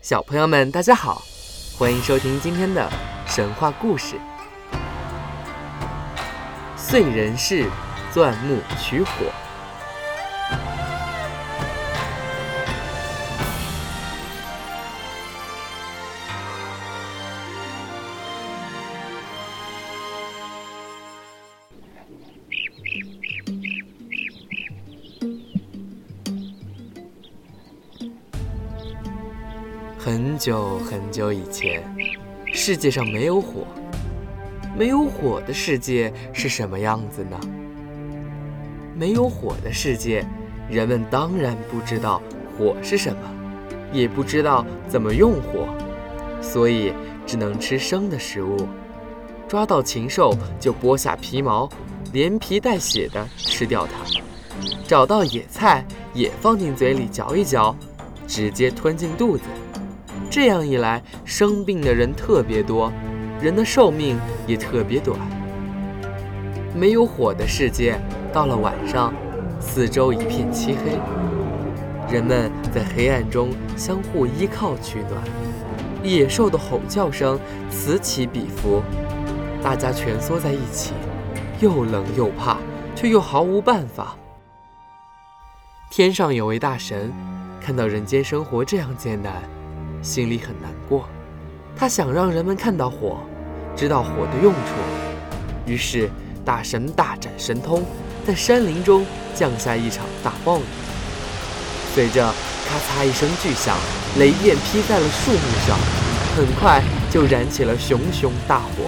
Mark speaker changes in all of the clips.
Speaker 1: 小朋友们，大家好，欢迎收听今天的神话故事。燧人氏钻木取火。很久很久以前，世界上没有火。没有火的世界是什么样子呢？没有火的世界，人们当然不知道火是什么，也不知道怎么用火，所以只能吃生的食物。抓到禽兽就剥下皮毛，连皮带血的吃掉它。找到野菜也放进嘴里嚼一嚼，直接吞进肚子。这样一来，生病的人特别多，人的寿命也特别短。没有火的世界，到了晚上，四周一片漆黑，人们在黑暗中相互依靠取暖。野兽的吼叫声此起彼伏，大家蜷缩在一起，又冷又怕，却又毫无办法。天上有位大神，看到人间生活这样艰难，心里很难过，他想让人们看到火，知道火的用处。于是大神大展神通，在山林中降下一场大暴雨。随着咔嚓一声巨响，雷电劈在了树木上，很快就燃起了熊熊大火。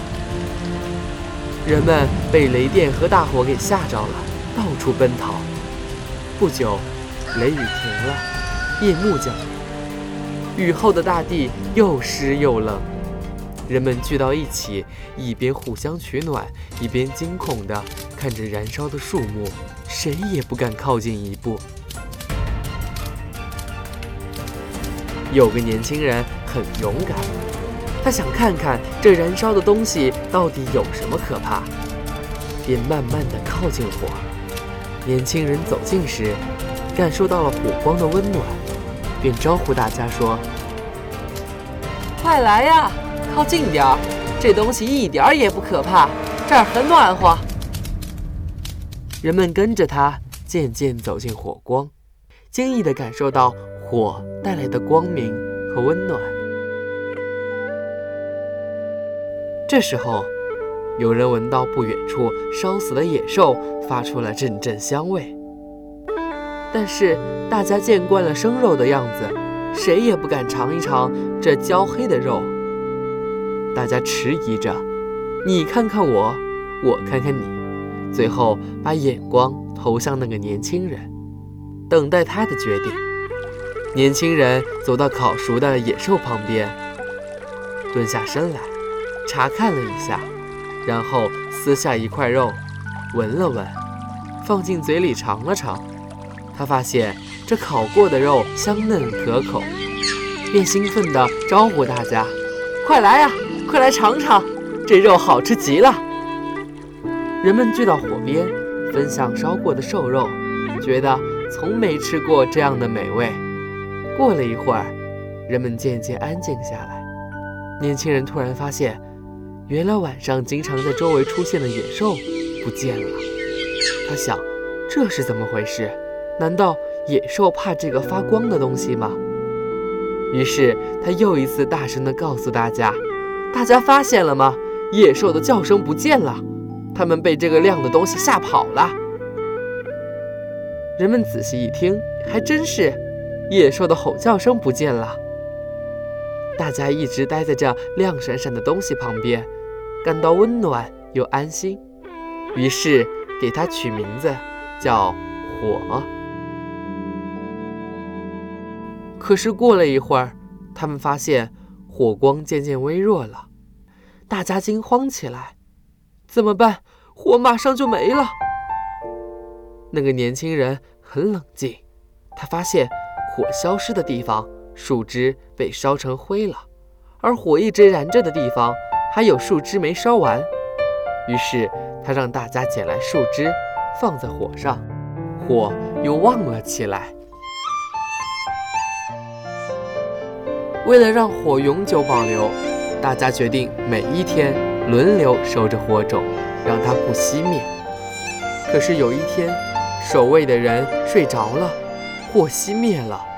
Speaker 1: 人们被雷电和大火给吓着了，到处奔逃。不久，雷雨停了，夜幕降临。雨后的大地又湿又冷，人们聚到一起，一边互相取暖，一边惊恐地看着燃烧的树木，谁也不敢靠近一步。有个年轻人很勇敢，他想看看这燃烧的东西到底有什么可怕，便慢慢地靠近火。年轻人走近时，感受到了火光的温暖，便招呼大家说：“快来呀，靠近点儿，这东西一点也不可怕，这儿很暖和。”人们跟着他渐渐走进火光，惊异地感受到火带来的光明和温暖。这时候，有人闻到不远处烧死的野兽发出了阵阵香味。但是大家见惯了生肉的样子，谁也不敢尝一尝这焦黑的肉。大家迟疑着，你看看我，我看看你，最后把眼光投向那个年轻人，等待他的决定。年轻人走到烤熟的野兽旁边，蹲下身来查看了一下，然后撕下一块肉，闻了闻，放进嘴里尝了尝。他发现这烤过的肉香嫩可口，便兴奋地招呼大家：“快来呀，快来尝尝，这肉好吃极了！”人们聚到火边，分享烧过的瘦肉，觉得从没吃过这样的美味。过了一会儿，人们渐渐安静下来。年轻人突然发现，原来晚上经常在周围出现的野兽不见了。他想，这是怎么回事？难道野兽怕这个发光的东西吗？于是他又一次大声地告诉大家：“大家发现了吗？野兽的叫声不见了，它们被这个亮的东西吓跑了。”人们仔细一听，还真是，野兽的吼叫声不见了。大家一直待在这亮闪闪的东西旁边，感到温暖又安心，于是给它取名字叫火。可是过了一会儿，他们发现火光渐渐微弱了，大家惊慌起来，怎么办？火马上就没了。那个年轻人很冷静，他发现火消失的地方，树枝被烧成灰了，而火一直燃着的地方，还有树枝没烧完。于是他让大家捡来树枝，放在火上，火又旺了起来。 为了让火永久保留，大家决定每一天轮流守着火种，让它不熄灭。可是有一天，守卫的人睡着了，火熄灭了。